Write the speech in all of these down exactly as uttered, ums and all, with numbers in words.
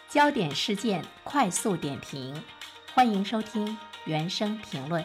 焦点事件快速点评，欢迎收听原声评论。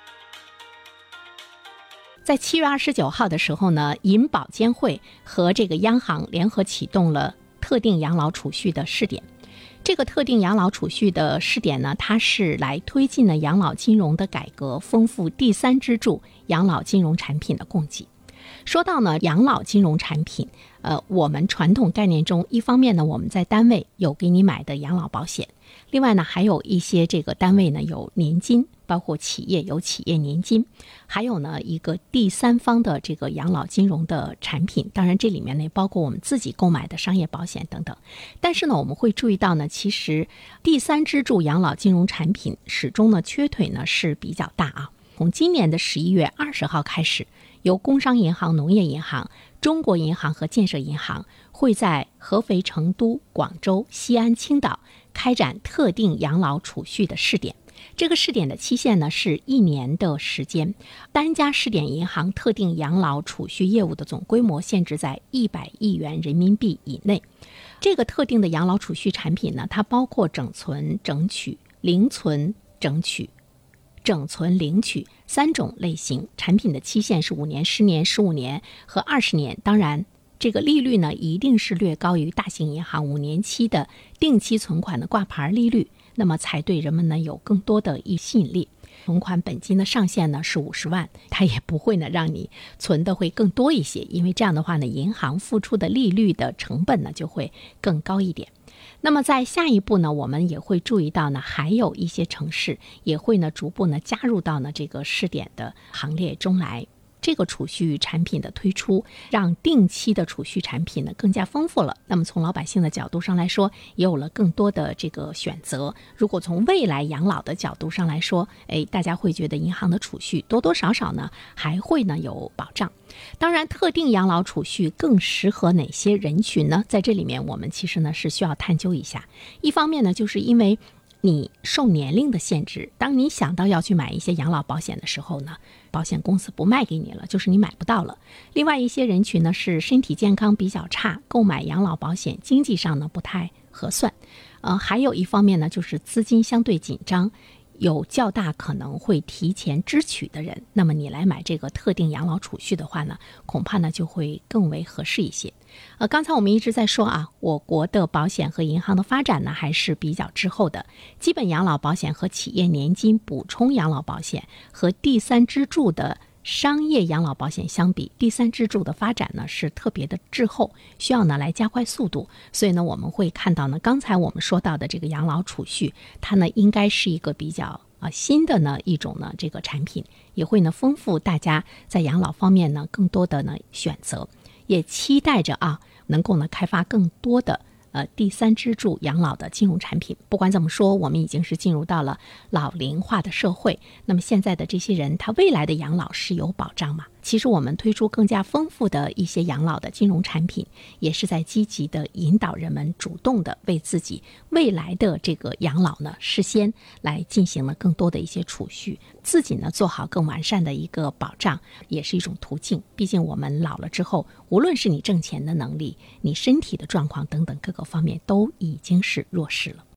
在七月二十九号的时候呢，银保监会和这个央行联合启动了特定养老储蓄的试点。这个特定养老储蓄的试点呢，它是来推进了养老金融的改革，丰富第三支柱养老金融产品的供给。说到呢养老金融产品，呃，我们传统概念中，一方面呢我们在单位有给你买的养老保险，另外呢还有一些这个单位呢有年金，包括企业有企业年金，还有呢一个第三方的这个养老金融的产品，当然这里面呢包括我们自己购买的商业保险等等。但是呢我们会注意到呢，其实第三支柱养老金融产品始终呢缺腿呢是比较大啊。从今年的十一月二十号开始，由工商银行、农业银行、中国银行和建设银行会在合肥、成都、广州、西安、青岛开展特定养老储蓄的试点。这个试点的期限呢是一年的时间，单家试点银行特定养老储蓄业务的总规模限制在一百亿元人民币以内。这个特定的养老储蓄产品呢，它包括整存、整取、零存、整取、整存领取三种类型，产品的期限是五年、十年、十五年和二十年。当然这个利率呢一定是略高于大型银行五年期的定期存款的挂牌利率，那么才对人们呢有更多的吸引力。存款本金的上限呢是五十万，它也不会呢让你存的会更多一些，因为这样的话呢银行付出的利率的成本呢就会更高一点。那么在下一步呢，我们也会注意到呢，还有一些城市也会呢逐步呢加入到呢这个试点的行列中来。这个储蓄产品的推出，让定期的储蓄产品呢更加丰富了。那么从老百姓的角度上来说，也有了更多的这个选择。如果从未来养老的角度上来说，哎，大家会觉得银行的储蓄多多少少呢还会呢有保障。当然，特定养老储蓄更适合哪些人群呢？在这里面，我们其实呢是需要探究一下。一方面呢，就是因为你受年龄的限制，当你想到要去买一些养老保险的时候呢，保险公司不卖给你了，就是你买不到了。另外一些人群呢是身体健康比较差，购买养老保险经济上呢不太合算。呃，还有一方面呢就是资金相对紧张，有较大可能会提前支取的人，那么你来买这个特定养老储蓄的话呢，恐怕呢就会更为合适一些。呃，刚才我们一直在说啊，我国的保险和银行的发展呢还是比较滞后的。基本养老保险和企业年金补充养老保险和第三支柱的商业养老保险相比，第三支柱的发展呢是特别的滞后，需要呢来加快速度。所以呢我们会看到呢，刚才我们说到的这个养老储蓄，它呢应该是一个比较啊新的呢一种呢这个产品，也会呢丰富大家在养老方面呢更多的呢选择，也期待着啊能够呢开发更多的呃，第三支柱养老的金融产品。不管怎么说，我们已经是进入到了老龄化的社会，那么现在的这些人，他未来的养老是有保障吗？其实我们推出更加丰富的一些养老的金融产品，也是在积极的引导人们主动的为自己未来的这个养老呢事先来进行了更多的一些储蓄，自己呢做好更完善的一个保障，也是一种途径。毕竟我们老了之后，无论是你挣钱的能力，你身体的状况等等各个方面都已经是弱势了。